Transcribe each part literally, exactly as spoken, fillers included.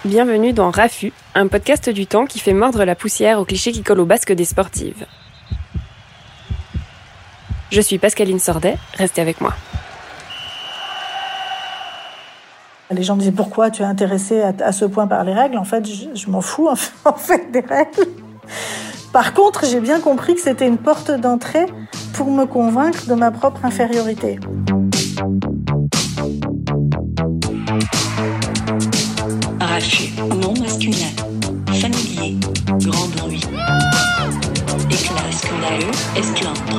Bienvenue dans Rafu, un podcast du temps qui fait mordre la poussière aux clichés qui collent au basque des sportives. Je suis Pascaline Sordet, restez avec moi. Les gens me disaient pourquoi tu es intéressée à, à ce point par les règles. En fait, je, je m'en fous en fait, en fait des règles. Par contre, j'ai bien compris que c'était une porte d'entrée pour me convaincre de ma propre infériorité. Rafu, nom masculin, familier, grand bruit, éclat scandaleux, esclandre.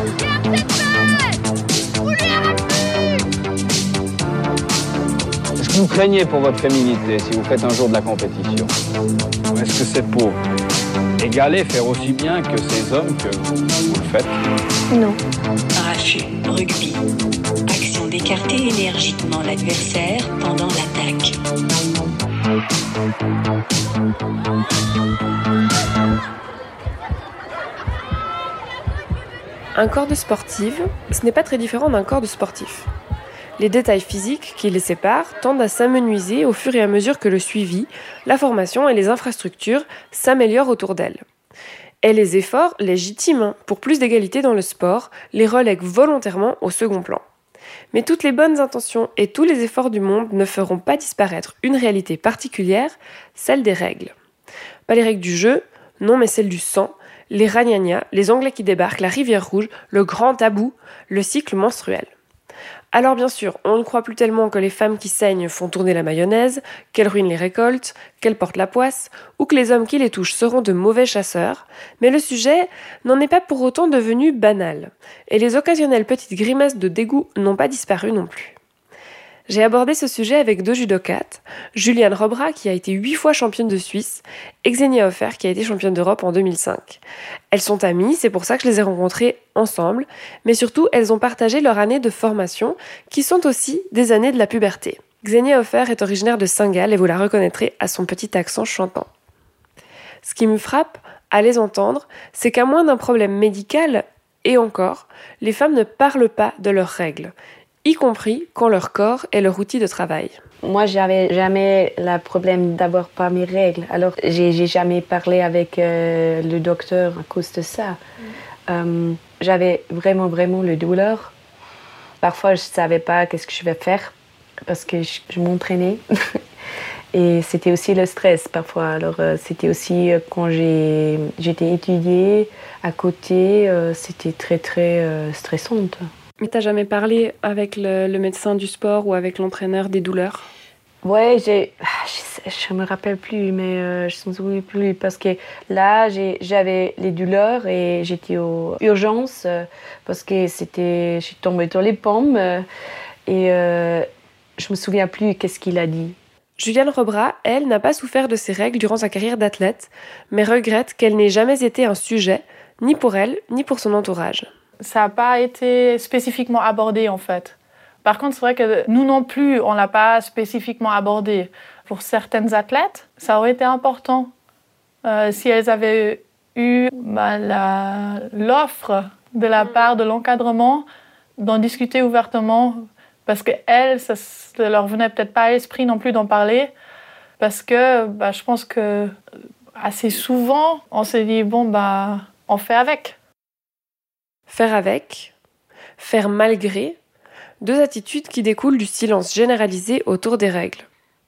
Est-ce que vous craignez pour votre féminité si vous faites un jour de la compétition? Ou est-ce que c'est pour égaler, faire aussi bien que ces hommes que vous, vous le faites? Non. Rafu, rugby, action d'écarter énergiquement l'adversaire pendant l'attaque. Un corps de sportive, ce n'est pas très différent d'un corps de sportif. Les détails physiques qui les séparent tendent à s'amenuiser au fur et à mesure que le suivi, la formation et les infrastructures s'améliorent autour d'elles. Et les efforts, légitimes pour plus d'égalité dans le sport, les relèguent volontairement au second plan. Mais toutes les bonnes intentions et tous les efforts du monde ne feront pas disparaître une réalité particulière, celle des règles. Pas les règles du jeu, non mais celles du sang, les ragnagnas, les Anglais qui débarquent, la rivière rouge, le grand tabou, le cycle menstruel. Alors bien sûr, on ne croit plus tellement que les femmes qui saignent font tourner la mayonnaise, qu'elles ruinent les récoltes, qu'elles portent la poisse, ou que les hommes qui les touchent seront de mauvais chasseurs, mais le sujet n'en est pas pour autant devenu banal, et les occasionnelles petites grimaces de dégoût n'ont pas disparu non plus. J'ai abordé ce sujet avec deux judokates, Juliane Robra qui a été huit fois championne de Suisse, et Xenia Hofer qui a été championne d'Europe en deux mille cinq. Elles sont amies, c'est pour ça que je les ai rencontrées ensemble, mais surtout elles ont partagé leur année de formation, qui sont aussi des années de la puberté. Xenia Hofer est originaire de Saint-Gall et vous la reconnaîtrez à son petit accent chantant. Ce qui me frappe, à les entendre, c'est qu'à moins d'un problème médical, et encore, les femmes ne parlent pas de leurs règles, y compris quand leur corps est leur outil de travail. Moi, j'avais jamais le problème d'avoir pas mes règles. Alors, j'ai, j'ai jamais parlé avec euh, le docteur à cause de ça. Mm. Euh, j'avais vraiment, vraiment le douleur. Parfois, je savais pas qu'est-ce que je vais faire parce que je, je m'entraînais. Et c'était aussi le stress parfois. Alors, euh, c'était aussi euh, quand j'ai, j'étais étudiée à côté, euh, c'était très, très euh, stressant. Mais t'as jamais parlé avec le, le médecin du sport ou avec l'entraîneur des douleurs? Ouais, j'ai, je, je me rappelle plus, mais euh, je me souviens plus parce que là, j'ai, j'avais les douleurs et j'étais aux urgences euh, parce que c'était, je suis tombée dans les pommes euh, et euh, je me souviens plus qu'est-ce qu'il a dit. Juliane Robra, elle, n'a pas souffert de ces règles durant sa carrière d'athlète, mais regrette qu'elles n'aient jamais été un sujet, ni pour elle, ni pour son entourage. Ça n'a pas été spécifiquement abordé, en fait. Par contre, c'est vrai que nous non plus, on ne l'a pas spécifiquement abordé. Pour certaines athlètes, ça aurait été important. Euh, si elles avaient eu bah, la, l'offre de la part de l'encadrement d'en discuter ouvertement, parce qu'elles, ça ne leur venait peut-être pas à l'esprit non plus d'en parler, parce que bah, je pense que assez souvent, on s'est dit, bon, bah, on fait avec. Faire avec, faire malgré, deux attitudes qui découlent du silence généralisé autour des règles.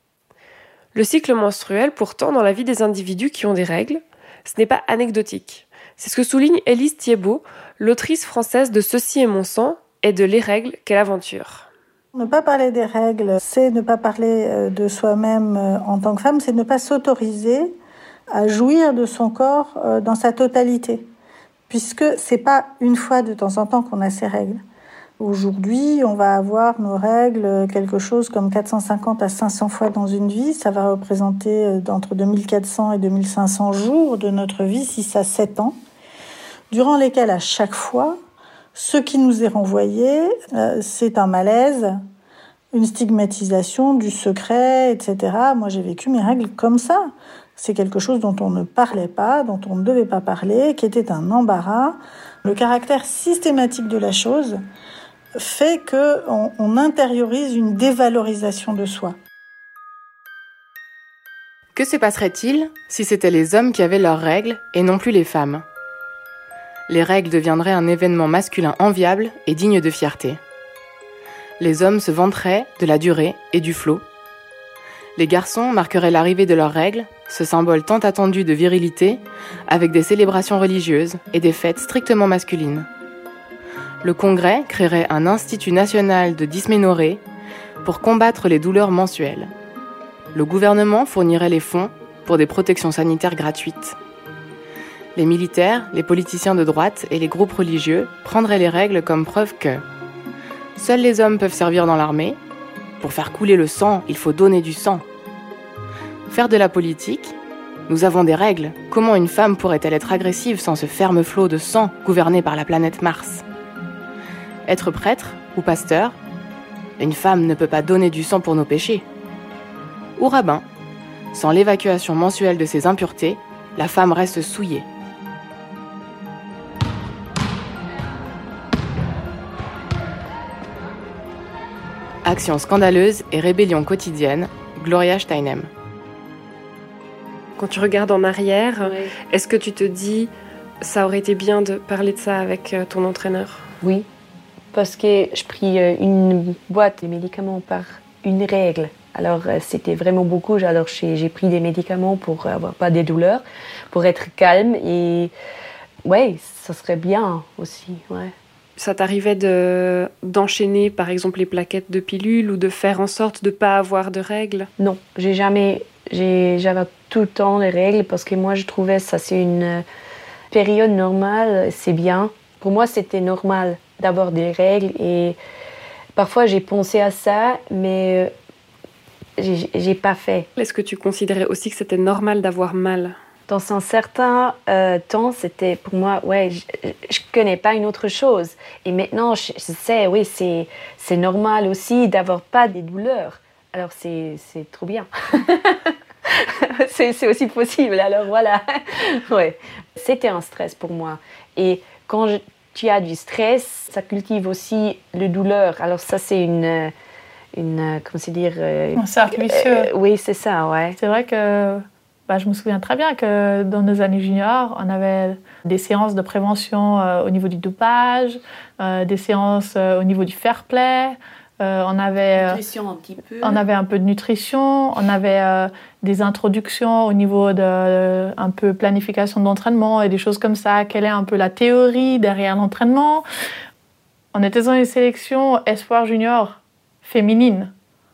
Le cycle menstruel, pourtant, dans la vie des individus qui ont des règles, ce n'est pas anecdotique. C'est ce que souligne Élise Thiebaud, l'autrice française de Ceci est mon sang et de Les règles, quelle aventure. Ne pas parler des règles, c'est ne pas parler de soi-même en tant que femme, c'est ne pas s'autoriser à jouir de son corps dans sa totalité. Puisque c'est pas une fois de temps en temps qu'on a ces règles. Aujourd'hui, on va avoir nos règles quelque chose comme quatre cent cinquante à cinq cents fois dans une vie. Ça va représenter entre deux mille quatre cents et deux mille cinq cents jours de notre vie, six à sept ans, durant lesquels à chaque fois, ce qui nous est renvoyé, c'est un malaise, une stigmatisation du secret, et cetera. Moi, j'ai vécu mes règles comme ça. C'est quelque chose dont on ne parlait pas, dont on ne devait pas parler, qui était un embarras. Le caractère systématique de la chose fait qu'on on intériorise une dévalorisation de soi. Que se passerait-il si c'était les hommes qui avaient leurs règles et non plus les femmes ? Les règles deviendraient un événement masculin enviable et digne de fierté. Les hommes se vanteraient de la durée et du flot. Les garçons marqueraient l'arrivée de leurs règles, ce symbole tant attendu de virilité, avec des célébrations religieuses et des fêtes strictement masculines. Le Congrès créerait un institut national de dysménorrhée pour combattre les douleurs menstruelles. Le gouvernement fournirait les fonds pour des protections sanitaires gratuites. Les militaires, les politiciens de droite et les groupes religieux prendraient les règles comme preuve que seuls les hommes peuvent servir dans l'armée. Pour faire couler le sang, il faut donner du sang. Faire de la politique, nous avons des règles. Comment une femme pourrait-elle être agressive sans ce ferme flot de sang gouverné par la planète Mars ? Être prêtre ou pasteur, une femme ne peut pas donner du sang pour nos péchés. Ou rabbin, sans l'évacuation mensuelle de ses impuretés, la femme reste souillée. Action scandaleuse et rébellion quotidienne, Gloria Steinem. Quand tu regardes en arrière, Oui. est-ce que tu te dis ça aurait été bien de parler de ça avec ton entraîneur ? Oui, parce que je pris une boîte de médicaments par une règle. Alors c'était vraiment beaucoup. Alors j'ai, j'ai pris des médicaments pour avoir pas des douleurs, pour être calme et ouais, ça serait bien aussi. Ouais. Ça t'arrivait de, d'enchaîner par exemple les plaquettes de pilules ou de faire en sorte de ne pas avoir de règles ? Non, j'ai jamais, j'ai, j'avais tout le temps les règles parce que moi je trouvais ça c'est une période normale, c'est bien. Pour moi c'était normal d'avoir des règles et parfois j'ai pensé à ça, mais j'ai, j'ai pas fait. Est-ce que tu considérais aussi que c'était normal d'avoir mal ? Dans un certain euh, temps, c'était pour moi, ouais, je, je connais pas une autre chose. Et maintenant, je, je sais, oui, c'est, c'est normal aussi d'avoir pas des douleurs. Alors, c'est, c'est trop bien. c'est, c'est aussi possible, alors voilà. ouais. C'était un stress pour moi. Et quand je, tu as du stress, ça cultive aussi le douleur. Alors ça, c'est une, une comment c'est dire euh, Un cercle vicieux. euh, oui, c'est ça, ouais. C'est vrai que bah, je me souviens très bien que dans nos années juniors, on avait des séances de prévention euh, au niveau du dopage, euh, des séances euh, au niveau du fair play. Euh, on avait, Nutrition un petit peu. On avait un peu de nutrition, on avait euh, des introductions au niveau de euh, un peu planification d'entraînement et des choses comme ça. Quelle est un peu la théorie derrière l'entraînement ? On était dans une sélection espoir junior féminine.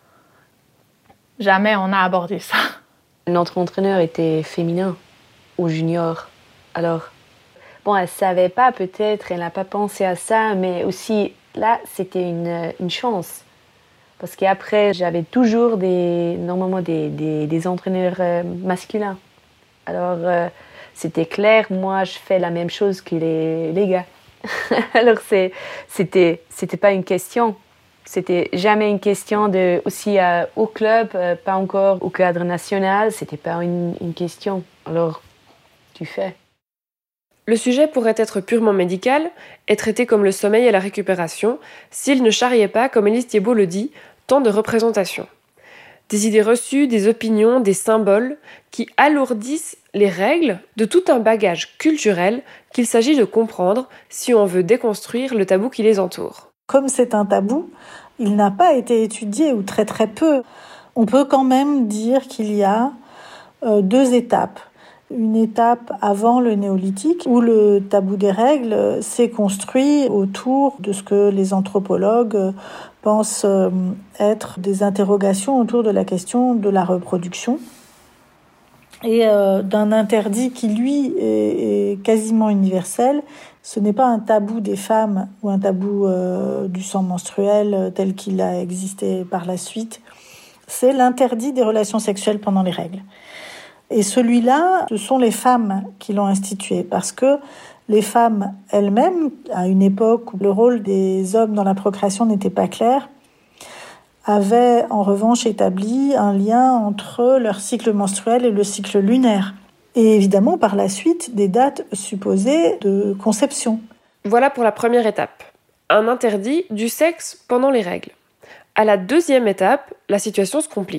Jamais on a abordé ça. Notre entraîneur était féminin ou junior. Alors, bon, elle savait pas peut-être, elle n'a pas pensé à ça, mais aussi là, c'était une, une chance. Parce qu'après, j'avais toujours des, normalement des, des, des entraîneurs euh, masculins. Alors, euh, c'était clair, moi, je fais la même chose que les, les gars. Alors, c'est, c'était, c'était pas une question. C'était jamais une question de aussi euh, au club, euh, pas encore au cadre national. C'était pas une, une question. Alors, tu fais. Le sujet pourrait être purement médical et traité comme le sommeil et la récupération s'il ne charriait pas, comme Élise Thiebaud le dit, tant de représentations. Des idées reçues, des opinions, des symboles qui alourdissent les règles de tout un bagage culturel qu'il s'agit de comprendre si on veut déconstruire le tabou qui les entoure. Comme c'est un tabou, il n'a pas été étudié ou très très peu. On peut quand même dire qu'il y a euh, deux étapes. Une étape avant le néolithique où le tabou des règles s'est construit autour de ce que les anthropologues pensent être des interrogations autour de la question de la reproduction et euh, d'un interdit qui, lui, est, est quasiment universel. Ce n'est pas un tabou des femmes ou un tabou euh, du sang menstruel tel qu'il a existé par la suite. C'est l'interdit des relations sexuelles pendant les règles. Et celui-là, ce sont les femmes qui l'ont institué, parce que les femmes elles-mêmes, à une époque où le rôle des hommes dans la procréation n'était pas clair, avaient en revanche établi un lien entre leur cycle menstruel et le cycle lunaire. Et évidemment, par la suite, des dates supposées de conception. Voilà pour la première étape, un interdit du sexe pendant les règles. À la deuxième étape, la situation se complique.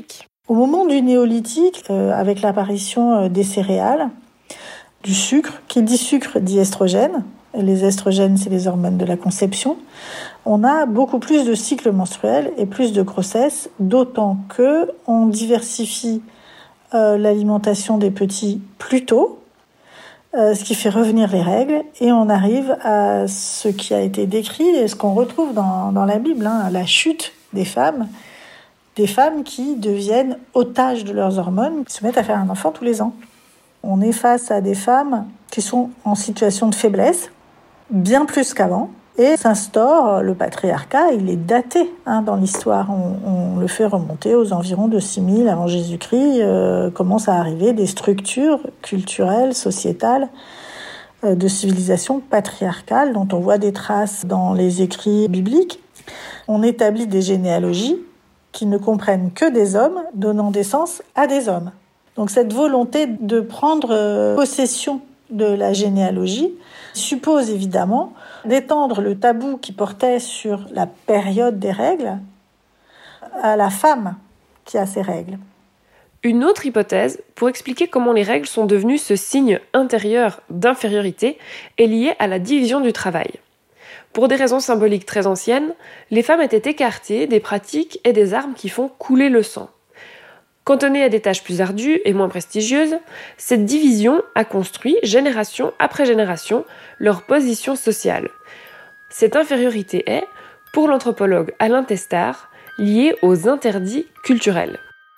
Au moment du néolithique, euh, avec l'apparition des céréales, du sucre, qui dit sucre dit estrogène, et les estrogènes, c'est les hormones de la conception, on a beaucoup plus de cycles menstruels et plus de grossesses, d'autant que on diversifie euh, l'alimentation des petits plus tôt, euh, ce qui fait revenir les règles, et on arrive à ce qui a été décrit et ce qu'on retrouve dans, dans la Bible, hein, la chute des femmes, des femmes qui deviennent otages de leurs hormones, qui se mettent à faire un enfant tous les ans. On est face à des femmes qui sont en situation de faiblesse, bien plus qu'avant, et s'instaure le patriarcat. Il est daté hein, dans l'histoire. On, on le fait remonter aux environs de six mille avant Jésus-Christ. Euh, commencent à arriver des structures culturelles, sociétales, euh, de civilisation patriarcale, dont on voit des traces dans les écrits bibliques. On établit des généalogies qui ne comprennent que des hommes, donnant naissance à des hommes. Donc cette volonté de prendre possession de la généalogie suppose évidemment d'étendre le tabou qui portait sur la période des règles à la femme qui a ses règles. Une autre hypothèse pour expliquer comment les règles sont devenues ce signe intérieur d'infériorité est liée à la division du travail. Pour des raisons symboliques très anciennes, les femmes étaient écartées des pratiques et des armes qui font couler le sang. Cantonnées à des tâches plus ardues et moins prestigieuses, cette division a construit, génération après génération, leur position sociale. Cette infériorité est, pour l'anthropologue Alain Testard, liée aux interdits culturels.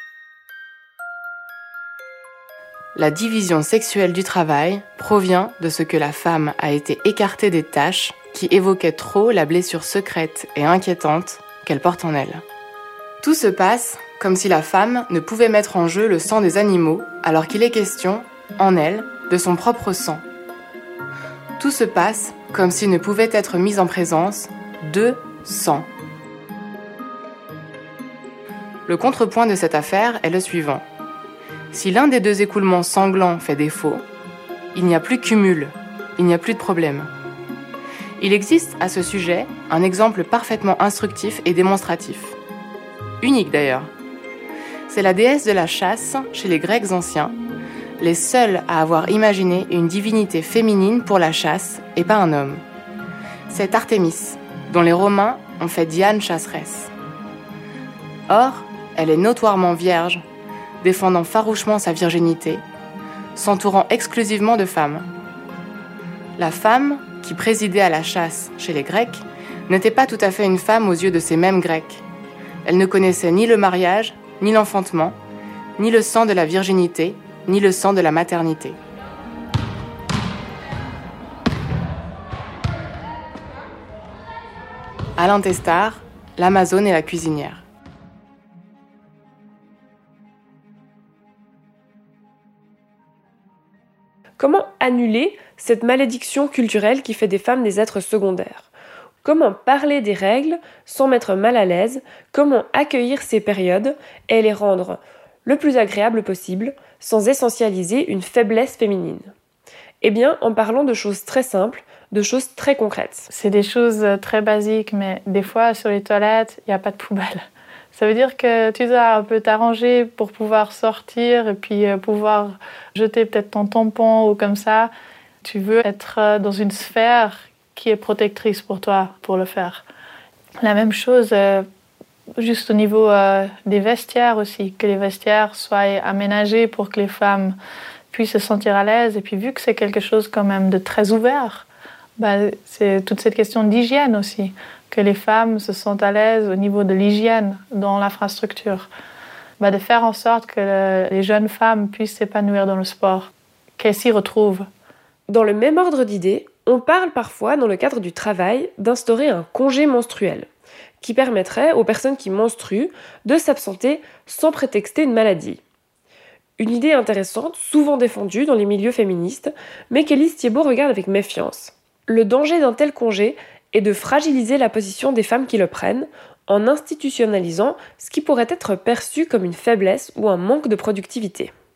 La division sexuelle du travail provient de ce que la femme a été écartée des tâches qui évoquaient trop la blessure secrète et inquiétante qu'elle porte en elle. Tout se passe comme si la femme ne pouvait mettre en jeu le sang des animaux, alors qu'il est question, en elle, de son propre sang. Tout se passe comme s'il ne pouvait être mis en présence de sang. Le contrepoint de cette affaire est le suivant. Si l'un des deux écoulements sanglants fait défaut, il n'y a plus cumul, il n'y a plus de problème. Il existe à ce sujet un exemple parfaitement instructif et démonstratif. Unique d'ailleurs. C'est la déesse de la chasse chez les Grecs anciens, les seuls à avoir imaginé une divinité féminine pour la chasse et pas un homme. C'est Artémis, dont les Romains ont fait Diane chasseresse. Or, elle est notoirement vierge, défendant farouchement sa virginité, s'entourant exclusivement de femmes. La femme, qui présidait à la chasse chez les Grecs, n'était pas tout à fait une femme aux yeux de ces mêmes Grecs. Elle ne connaissait ni le mariage, ni l'enfantement, ni le sang de la virginité, ni le sang de la maternité. Alain Testard, l'Amazone et la cuisinière. Comment annuler cette malédiction culturelle qui fait des femmes des êtres secondaires ? Comment parler des règles sans mettre mal à l'aise ? Comment accueillir ces périodes et les rendre le plus agréables possible sans essentialiser une faiblesse féminine ? Eh bien, en parlant de choses très simples, de choses très concrètes. C'est des choses très basiques, mais des fois, sur les toilettes, il n'y a pas de poubelle. Ça veut dire que tu dois un peu t'arranger pour pouvoir sortir et puis pouvoir jeter peut-être ton tampon ou comme ça. Tu veux être dans une sphère qui est protectrice pour toi, pour le faire. La même chose, euh, juste au niveau euh, des vestiaires aussi, que les vestiaires soient aménagés pour que les femmes puissent se sentir à l'aise. Et puis vu que c'est quelque chose quand même de très ouvert, bah, c'est toute cette question d'hygiène aussi, que les femmes se sentent à l'aise au niveau de l'hygiène dans l'infrastructure. Bah, de faire en sorte que le, les jeunes femmes puissent s'épanouir dans le sport, qu'elles s'y retrouvent. Dans le même ordre d'idées, on parle parfois, dans le cadre du travail, d'instaurer un congé menstruel, qui permettrait aux personnes qui menstruent de s'absenter sans prétexter une maladie. Une idée intéressante, souvent défendue dans les milieux féministes, mais qu'Élise Thiebaud regarde avec méfiance. Le danger d'un tel congé est de fragiliser la position des femmes qui le prennent, en institutionnalisant ce qui pourrait être perçu comme une faiblesse ou un manque de productivité.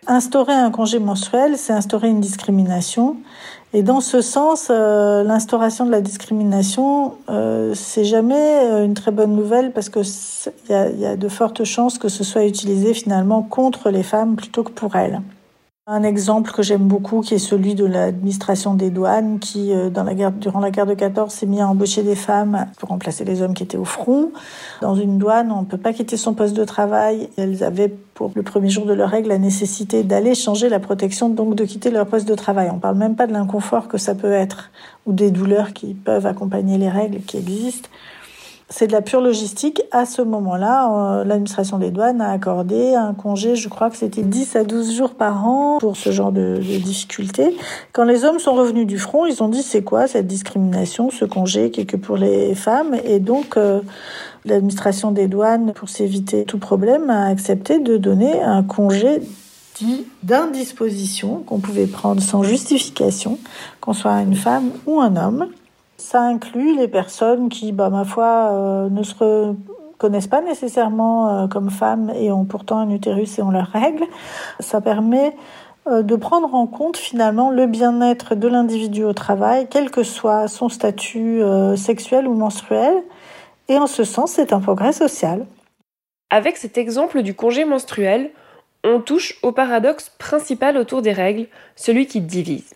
Instaurer un congé menstruel, c'est instaurer une discrimination. Et dans ce sens, euh, l'instauration de la discrimination, euh, c'est jamais une très bonne nouvelle parce que il y a, y a de fortes chances que ce soit utilisé finalement contre les femmes plutôt que pour elles. Un exemple que j'aime beaucoup, qui est celui de l'administration des douanes, qui, dans la guerre, durant la guerre de quatorze, s'est mis à embaucher des femmes pour remplacer les hommes qui étaient au front. Dans une douane, on ne peut pas quitter son poste de travail. Elles avaient, pour le premier jour de leur règle, la nécessité d'aller changer la protection, donc de quitter leur poste de travail. On ne parle même pas de l'inconfort que ça peut être, ou des douleurs qui peuvent accompagner les règles qui existent. C'est de la pure logistique. À ce moment-là, euh, l'administration des douanes a accordé un congé, je crois que c'était dix à douze jours par an pour ce genre de, de difficultés. Quand les hommes sont revenus du front, ils ont dit c'est quoi cette discrimination, ce congé qui est que pour les femmes. Et donc, euh, l'administration des douanes, pour s'éviter tout problème, a accepté de donner un congé dit d'indisposition qu'on pouvait prendre sans justification, qu'on soit une femme ou un homme. Ça inclut les personnes qui, bah, ma foi, euh, ne se reconnaissent pas nécessairement euh, comme femmes et ont pourtant un utérus et ont leurs règles. Ça permet euh, de prendre en compte finalement le bien-être de l'individu au travail, quel que soit son statut euh, sexuel ou menstruel. Et en ce sens, c'est un progrès social. Avec cet exemple du congé menstruel, on touche au paradoxe principal autour des règles, celui qui divise.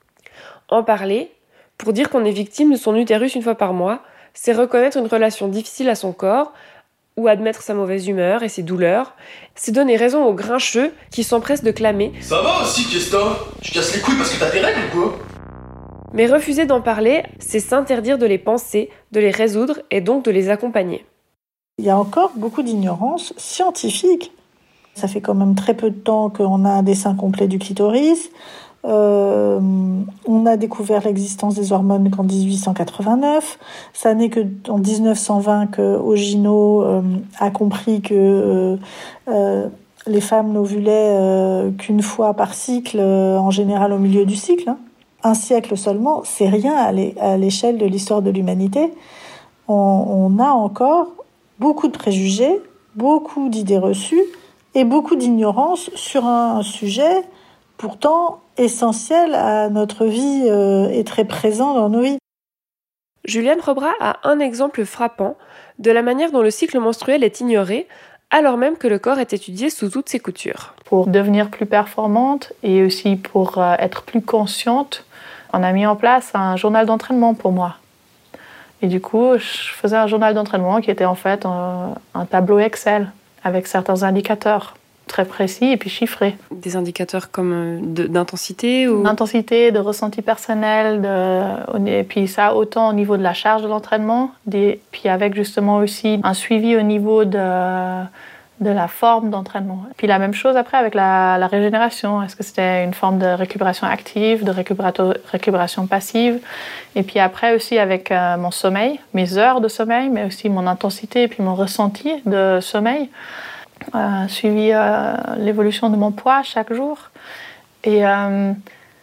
En parler, pour dire qu'on est victime de son utérus une fois par mois, c'est reconnaître une relation difficile à son corps, ou admettre sa mauvaise humeur et ses douleurs. C'est donner raison aux grincheux qui s'empressent de clamer « Ça va aussi, Kesta ? Tu casses les couilles parce que t'as tes règles ou quoi ?» Mais refuser d'en parler, c'est s'interdire de les penser, de les résoudre et donc de les accompagner. Il y a encore beaucoup d'ignorance scientifique. Ça fait quand même très peu de temps qu'on a un dessin complet du clitoris. Euh, on a découvert l'existence des hormones qu'en dix-huit cent quatre-vingt-neuf. Ça n'est qu'en dix-neuf cent vingt que Ogino euh, a compris que euh, euh, les femmes n'ovulaient euh, qu'une fois par cycle, euh, en général au milieu du cycle. Hein. Un siècle seulement, c'est rien à l'échelle de l'histoire de l'humanité. On, on a encore beaucoup de préjugés, beaucoup d'idées reçues et beaucoup d'ignorance sur un sujet pourtant essentiel à notre vie euh, et très présent dans nos vies. Juliane Robra a un exemple frappant de la manière dont le cycle menstruel est ignoré, alors même que le corps est étudié sous toutes ses coutures. Pour devenir plus performante et aussi pour euh, être plus consciente, on a mis en place un journal d'entraînement pour moi. Et du coup, je faisais un journal d'entraînement qui était en fait un, un tableau Excel avec certains indicateurs très précis et puis chiffrés. Des indicateurs comme de, d'intensité ou... D'intensité, de ressenti personnel, de, et puis ça autant au niveau de la charge de l'entraînement, des, puis avec justement aussi un suivi au niveau de, de la forme d'entraînement. Puis la même chose après avec la, la régénération. Est-ce que c'était une forme de récupération active, de récupération passive? Et puis après aussi avec euh, mon sommeil, mes heures de sommeil, mais aussi mon intensité et puis mon ressenti de sommeil. Euh, suivi euh, l'évolution de mon poids chaque jour. Et euh,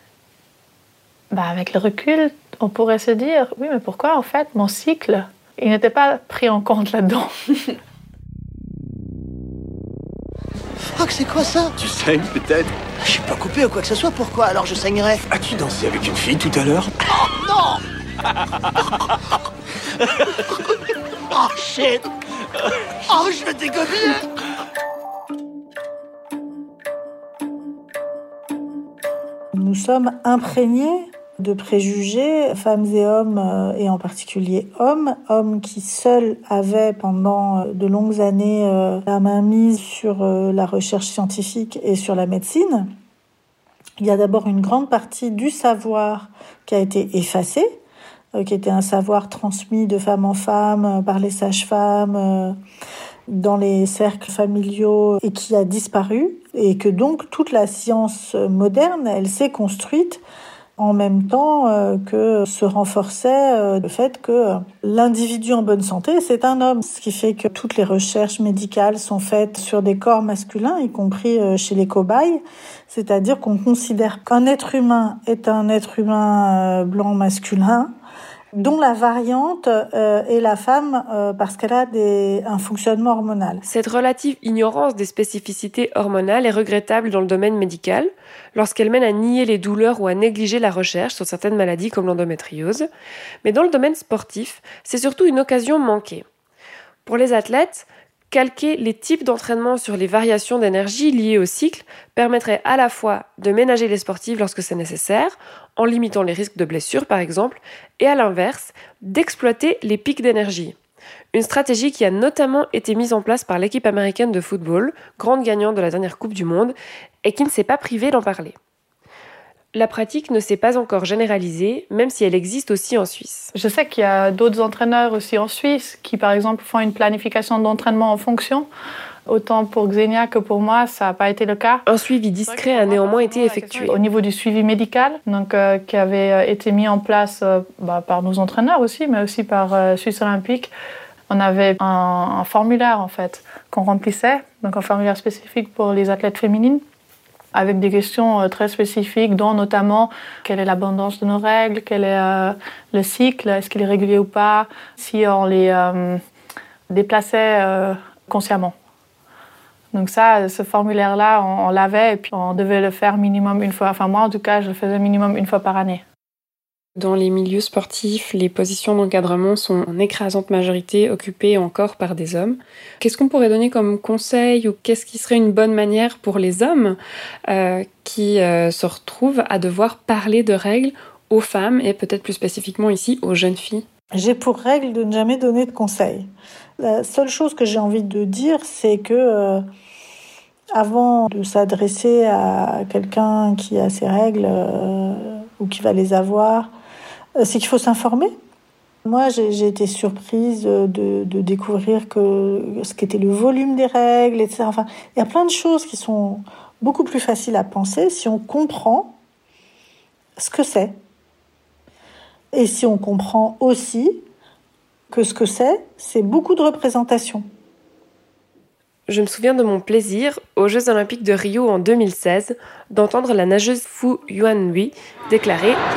bah avec le recul, on pourrait se dire, oui, mais pourquoi en fait mon cycle, il n'était pas pris en compte là-dedans? Franck, c'est quoi ça? Tu saignes peut-être? Je suis pas coupé ou quoi que ce soit, pourquoi alors je saignerais? As-tu dansé avec une fille tout à l'heure? Oh non! Oh shit! Oh, je vais dégommer! Nous sommes imprégnés de préjugés, femmes et hommes, et en particulier hommes, hommes qui seuls avaient pendant de longues années la main mise sur la recherche scientifique et sur la médecine. Il y a d'abord une grande partie du savoir qui a été effacée, qui était un savoir transmis de femme en femme par les sages-femmes dans les cercles familiaux et qui a disparu, et que donc toute la science moderne, elle s'est construite en même temps que se renforçait le fait que l'individu en bonne santé, c'est un homme. Ce qui fait que toutes les recherches médicales sont faites sur des corps masculins, y compris chez les cobayes. C'est-à-dire qu'on considère qu'un être humain est un être humain blanc masculin dont la variante euh, est la femme euh, parce qu'elle a des, un fonctionnement hormonal. Cette relative ignorance des spécificités hormonales est regrettable dans le domaine médical, lorsqu'elle mène à nier les douleurs ou à négliger la recherche sur certaines maladies comme l'endométriose. Mais dans le domaine sportif, c'est surtout une occasion manquée. Pour les athlètes, calquer les types d'entraînement sur les variations d'énergie liées au cycle permettrait à la fois de ménager les sportifs lorsque c'est nécessaire, en limitant les risques de blessures par exemple, et à l'inverse, d'exploiter les pics d'énergie. Une stratégie qui a notamment été mise en place par l'équipe américaine de football, grande gagnante de la dernière Coupe du Monde, et qui ne s'est pas privée d'en parler. La pratique ne s'est pas encore généralisée, même si elle existe aussi en Suisse. Je sais qu'il y a d'autres entraîneurs aussi en Suisse qui, par exemple, font une planification d'entraînement en fonction. Autant pour Xenia que pour moi, ça n'a pas été le cas. Un suivi discret a néanmoins été effectué. Au niveau du suivi médical, donc, euh, qui avait été mis en place euh, bah, par nos entraîneurs aussi, mais aussi par euh, Suisse Olympique, on avait un, un formulaire en fait qu'on remplissait, donc un formulaire spécifique pour les athlètes féminines, avec des questions très spécifiques, dont notamment quelle est l'abondance de nos règles, quel est euh, le cycle, est-ce qu'il est régulier ou pas, si on les euh, déplaçait euh, consciemment. Donc ça, ce formulaire-là, on, on l'avait et puis on devait le faire minimum une fois. Enfin moi, en tout cas, je le faisais minimum une fois par année. Dans les milieux sportifs, les positions d'encadrement sont en écrasante majorité occupées encore par des hommes. Qu'est-ce qu'on pourrait donner comme conseil ou qu'est-ce qui serait une bonne manière pour les hommes euh, qui euh, se retrouvent à devoir parler de règles aux femmes et peut-être plus spécifiquement ici aux jeunes filles ? J'ai pour règle de ne jamais donner de conseils. La seule chose que j'ai envie de dire, c'est que euh, avant de s'adresser à quelqu'un qui a ses règles euh, ou qui va les avoir, c'est qu'il faut s'informer. Moi, j'ai, j'ai été surprise de, de découvrir que ce qu'était le volume des règles, et cetera. Enfin, il y a plein de choses qui sont beaucoup plus faciles à penser si on comprend ce que c'est. Et si on comprend aussi que ce que c'est, c'est beaucoup de représentation. Je me souviens de mon plaisir, aux Jeux Olympiques de Rio en deux mille seize, d'entendre la nageuse Fu Yuanhui déclarer «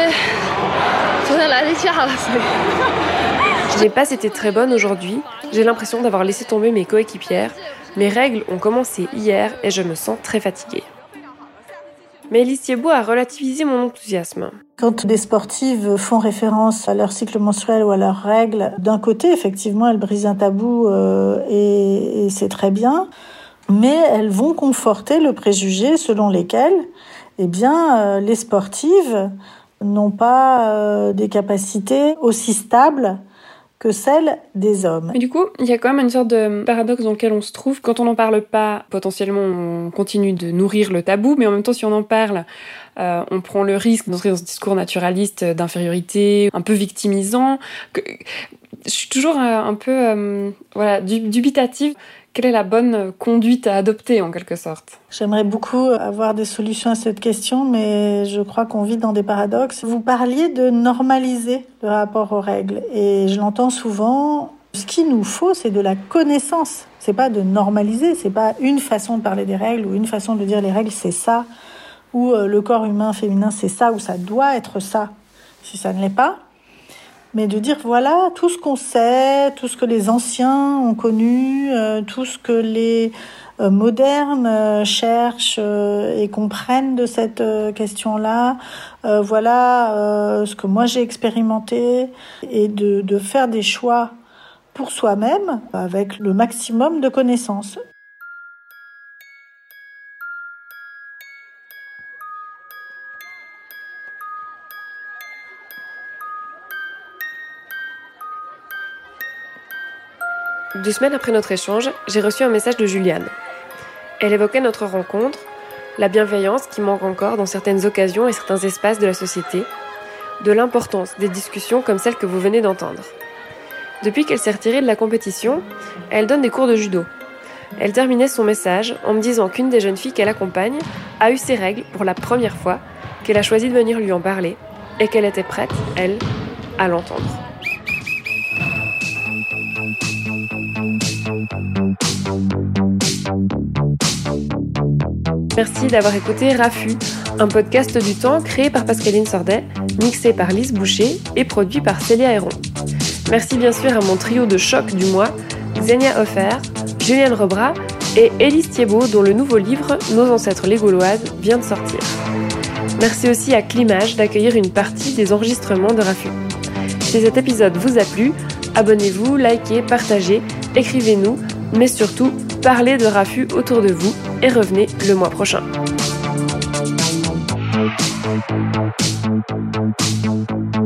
Je n'ai pas été très bonne aujourd'hui, j'ai l'impression d'avoir laissé tomber mes coéquipières. Mes règles ont commencé hier et je me sens très fatiguée. » Mais Élise Thiebaud a relativisé mon enthousiasme. Quand des sportives font référence à leur cycle menstruel ou à leurs règles, d'un côté, effectivement, elles brisent un tabou euh, et, et c'est très bien, mais elles vont conforter le préjugé selon lesquels eh bien, euh, les sportives n'ont pas euh, des capacités aussi stables que celles des hommes. Mais du coup, il y a quand même une sorte de paradoxe dans lequel on se trouve. Quand on n'en parle pas, potentiellement, on continue de nourrir le tabou, mais en même temps, si on en parle, euh, on prend le risque d'entrer dans ce discours naturaliste d'infériorité, un peu victimisant. Que, je suis toujours euh, un peu euh, voilà, dubitative. Quelle est la bonne conduite à adopter, en quelque sorte ? J'aimerais beaucoup avoir des solutions à cette question, mais je crois qu'on vit dans des paradoxes. Vous parliez de normaliser le rapport aux règles, et je l'entends souvent. Ce qu'il nous faut, c'est de la connaissance. C'est pas de normaliser, c'est pas une façon de parler des règles ou une façon de dire les règles, c'est ça, ou le corps humain féminin, c'est ça, ou ça doit être ça, si ça ne l'est pas. Mais de dire, voilà, tout ce qu'on sait, tout ce que les anciens ont connu, euh, tout ce que les euh, modernes euh, cherchent euh, et comprennent de cette euh, question-là, euh, voilà euh, ce que moi j'ai expérimenté, et de, de faire des choix pour soi-même avec le maximum de connaissances. Deux semaines après notre échange, j'ai reçu un message de Juliane. Elle évoquait notre rencontre, la bienveillance qui manque encore dans certaines occasions et certains espaces de la société, de l'importance des discussions comme celle que vous venez d'entendre. Depuis qu'elle s'est retirée de la compétition, elle donne des cours de judo. Elle terminait son message en me disant qu'une des jeunes filles qu'elle accompagne a eu ses règles pour la première fois, qu'elle a choisi de venir lui en parler et qu'elle était prête, elle, à l'entendre. Merci d'avoir écouté Raffut, un podcast du temps créé par Pascaline Sordet, mixé par Lise Boucher et produit par Célia Héron. Merci bien sûr à mon trio de choc du mois, Xenia Hoffer, Juliane Robrat et Élise Thiebaud, dont le nouveau livre « Nos ancêtres les Gauloises » vient de sortir. Merci aussi à Climage d'accueillir une partie des enregistrements de Rafu. Si cet épisode vous a plu, abonnez-vous, likez, partagez, écrivez-nous, mais surtout, parlez de Rafu autour de vous et revenez le mois prochain. Thank you.